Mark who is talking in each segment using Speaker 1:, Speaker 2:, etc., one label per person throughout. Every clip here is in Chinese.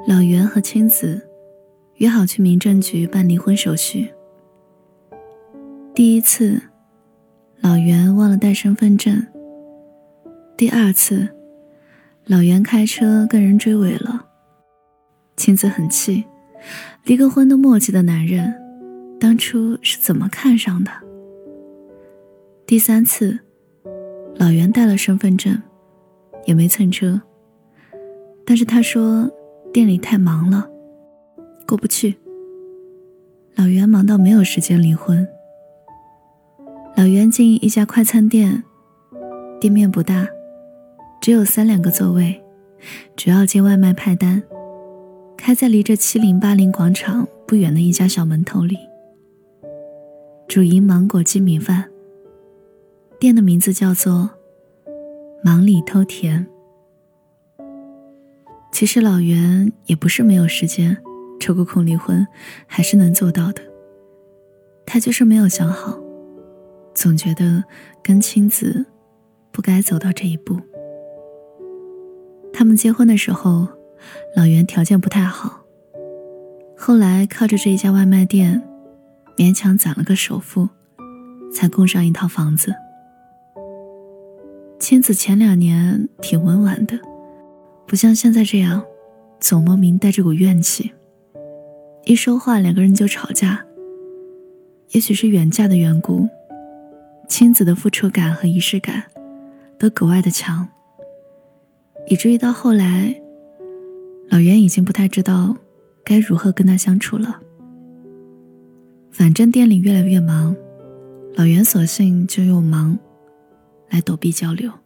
Speaker 1: 老袁和青子约好去民政局办离婚手续。第一次，老袁忘了带身份证；第二次，老袁开车跟人追尾了。青子很气，离个婚都磨叽的男人，当初是怎么看上的？第三次，老袁带了身份证，也没蹭车，但是他说店里太忙了，过不去。老袁忙到没有时间离婚。老袁进一家快餐店，店面不大，只有3-2个座位，主要接外卖派单，开在离着7080广场不远的一家小门头里。主营芒果鸡米饭，店的名字叫做忙里偷甜。其实老袁也不是没有时间，抽个空离婚还是能做到的，他就是没有想好，总觉得跟青子不该走到这一步。他们结婚的时候，老袁条件不太好，后来靠着这一家外卖店勉强攒了个首付，才供上一套房子。青子前2年挺温婉的，不像现在这样总莫名带着股怨气，一说话2个人就吵架。也许是远嫁的缘故，青子的付出感和仪式感都格外的强，以至于到后来老袁已经不太知道该如何跟他相处了。反正店里越来越忙，老袁索性就用忙来躲避交流。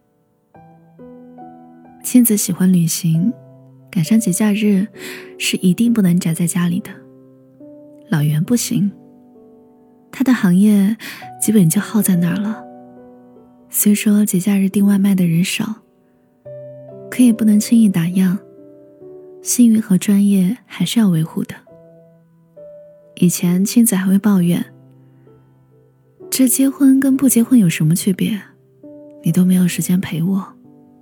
Speaker 1: 青子喜欢旅行，赶上节假日是一定不能宅在家里的。老袁不行，他的行业基本就耗在那儿了。虽说节假日订外卖的人少，可也不能轻易打烊，信誉和专业还是要维护的。以前青子还会抱怨，这结婚跟不结婚有什么区别？你都没有时间陪我。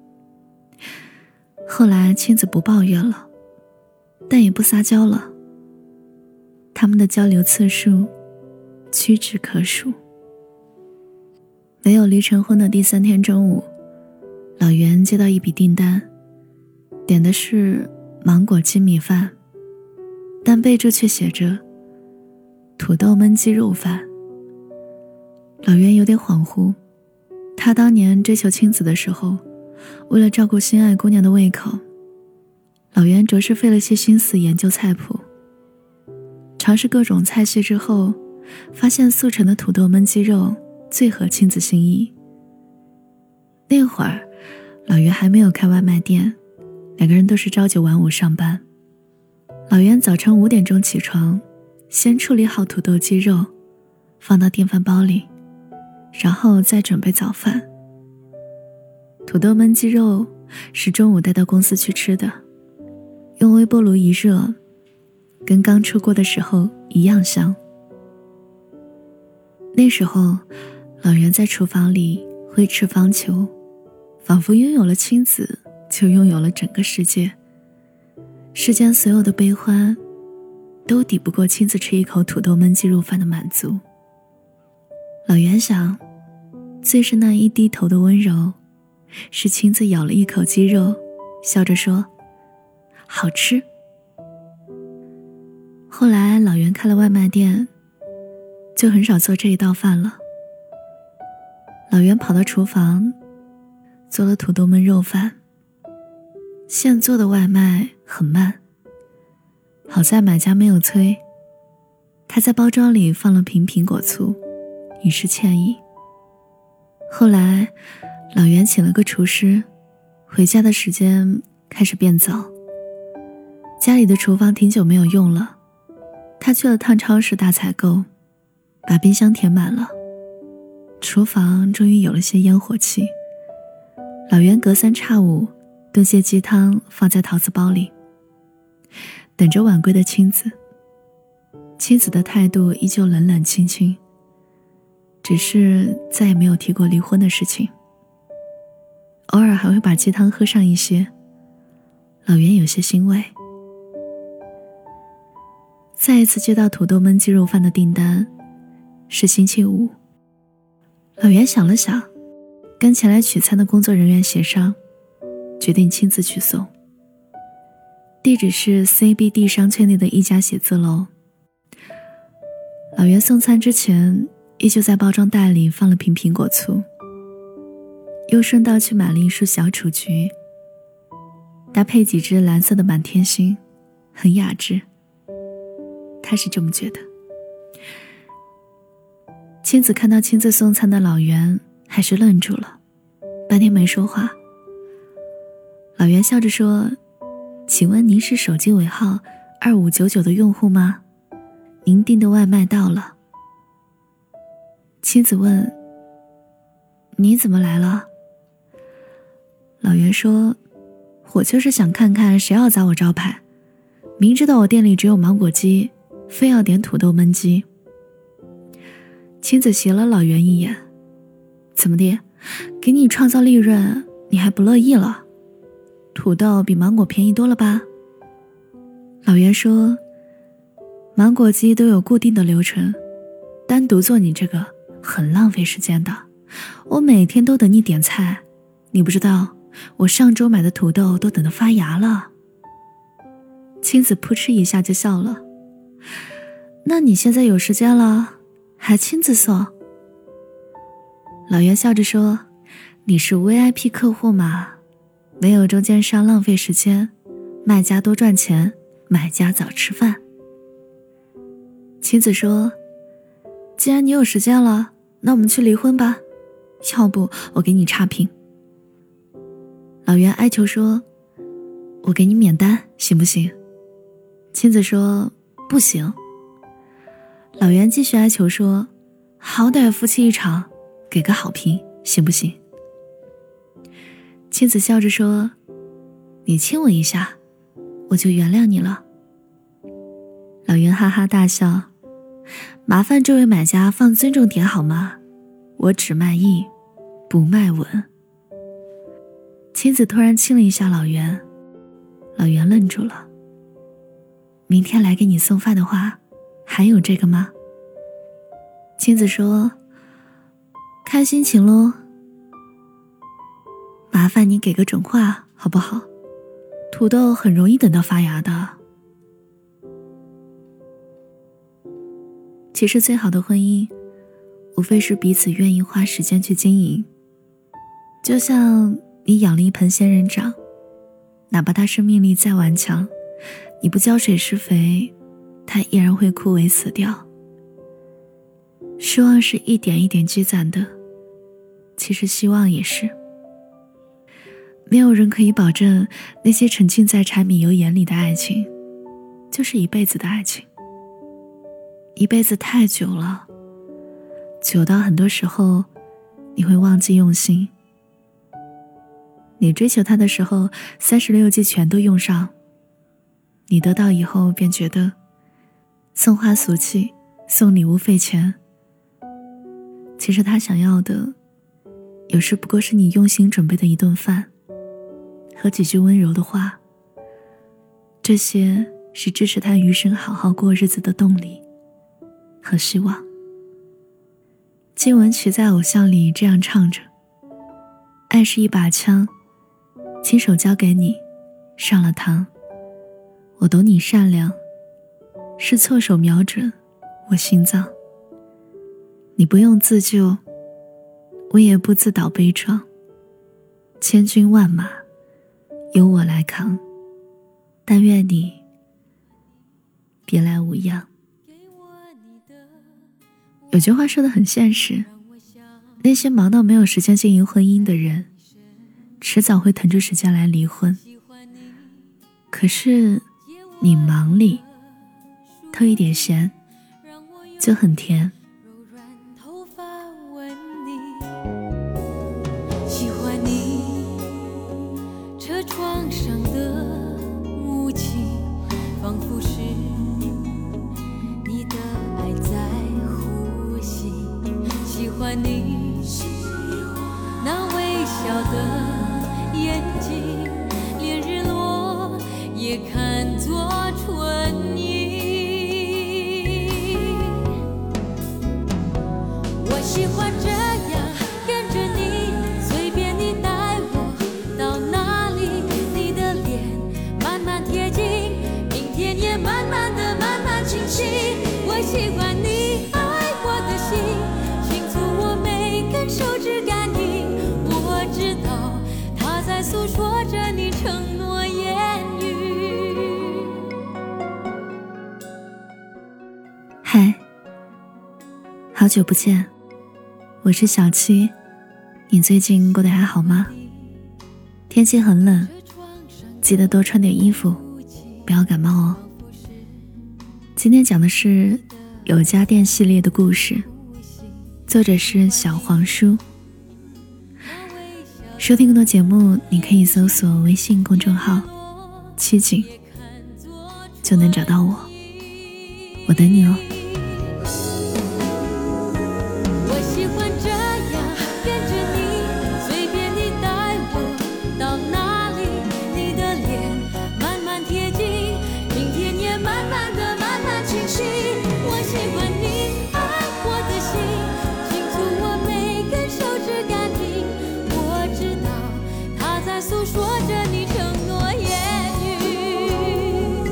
Speaker 1: 后来青子不抱怨了，但也不撒娇了，他们的交流次数屈指可数。没有离成婚的第3天中午，老袁接到一笔订单，点的是芒果鸡米饭，但备注却写着土豆焖鸡肉饭。老袁有点恍惚，他当年追求青子的时候，为了照顾心爱姑娘的胃口，老袁着实费了些心思研究菜谱，尝试各种菜系之后，发现速成的土豆焖鸡肉最合青子心意。那会儿老袁还没有开外卖店，2个人都是朝9晚5上班。老袁早晨5点钟起床，先处理好土豆鸡肉，放到电饭煲里，然后再准备早饭。土豆焖鸡肉是中午带到公司去吃的，用微波炉一热，跟刚出锅的时候一样香。那时候老袁在厨房里挥斥方遒，仿佛拥有了青子就拥有了整个世界，世间所有的悲欢都抵不过青子吃一口土豆焖鸡肉饭的满足。老袁想，最是那一低头的温柔，是青子咬了一口鸡肉，笑着说好吃。后来老袁开了外卖店，就很少做这一道饭了。老袁跑到厨房做了土豆焖肉饭，现做的外卖很慢，好在买家没有催，他在包装里放了瓶苹果醋，以示歉意。后来老袁请了个厨师，回家的时间开始变早，家里的厨房挺久没有用了，他去了趟超市大采购，把冰箱填满了，厨房终于有了些烟火气。老袁隔3差5炖些鸡汤放在陶瓷包里，等着晚归的青子。青子的态度依旧冷冷清清，只是再也没有提过离婚的事情，偶尔还会把鸡汤喝上一些。老袁有些欣慰， 下一次接到土豆焖鸡肉饭的订单是星期五。老袁想了想，跟前来取餐的工作人员协商，决定亲自去送。地址是 CBD 商圈内的一家写字楼。老袁送餐之前依旧在包装袋里放了瓶苹果醋，又顺道去买了一束小雏菊，搭配几只蓝色的满天星，很雅致。他是这么觉得。亲子看到亲自送餐的老袁还是愣住了，半天没说话。老袁笑着说，请问您是手机尾号2599的用户吗？您订的外卖到了。妻子问，你怎么来了？老袁说，我就是想看看谁要砸我招牌，明知道我店里只有芒果鸡，非要点土豆焖鸡。妻子斜了老袁一眼，怎么的，给你创造利润你还不乐意了？土豆比芒果便宜多了吧？老袁说，芒果鸡都有固定的流程，单独做你这个很浪费时间的，我每天都等你点菜，你不知道我上周买的土豆都等得发芽了。亲子扑哧一下就笑了，那你现在有时间了还亲自送？老袁笑着说，你是 VIP 客户嘛，没有中间商浪费时间，卖家多赚钱，买家早吃饭。妻子说，既然你有时间了，那我们去离婚吧，要不我给你差评。老袁哀求说，我给你免单行不行？妻子说，不行。老袁继续哀求说，好歹夫妻一场，给个好评行不行？妻子笑着说，你亲我一下我就原谅你了。老袁哈哈大笑，麻烦这位买家放尊重点好吗？我只卖艺不卖吻。妻子突然亲了一下老袁，老袁愣住了。明天来给你送饭的话还有这个吗？妻子说，看心情咯，麻烦你给个准话好不好？土豆很容易等到发芽的。其实最好的婚姻无非是彼此愿意花时间去经营，就像你养了一盆仙人掌，哪怕它生命力再顽强，你不浇水施肥，它依然会枯萎死掉。失望是一点一点积攒的，其实希望也是。没有人可以保证那些沉浸在柴米油盐里的爱情就是一辈子的爱情。一辈子太久了，久到很多时候你会忘记用心。你追求他的时候36计全都用上，你得到以后便觉得送花俗气，送礼物费钱。其实他想要的有时不过是你用心准备的一顿饭和几句温柔的话，这些是支持他余生好好过日子的动力和希望。金玟岐在《偶像》里这样唱着，爱是一把枪，亲手交给你，上了膛，我懂你善良，是错手瞄准我心脏。你不用自救，我也不自导悲壮，千军万马由我来扛，但愿你别来无恙。有句话说得很现实，那些忙到没有时间经营婚姻的人，迟早会腾出时间来离婚。可是你忙里偷一点闲，就很甜。
Speaker 2: 喜欢你车窗上的雾气，仿佛是你的爱在呼吸。喜欢你那微笑的眼睛，连日落也看作春意。
Speaker 1: 好久不见，我是小七，你最近过得还好吗？天气很冷，记得多穿点衣服，不要感冒哦。今天讲的是有家电系列的故事，作者是小黄书。收听更多节目，你可以搜索微信公众号七景，就能找到我，我等你哦。
Speaker 2: 诉说着你承诺言语，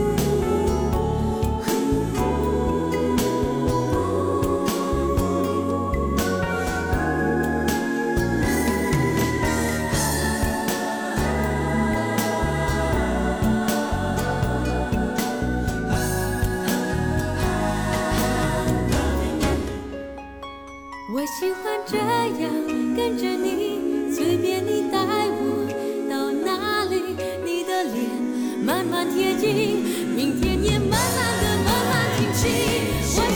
Speaker 2: 我喜欢这样跟着你，随便你带我到哪里，你的脸慢慢贴近，明天也慢慢的慢慢清晰。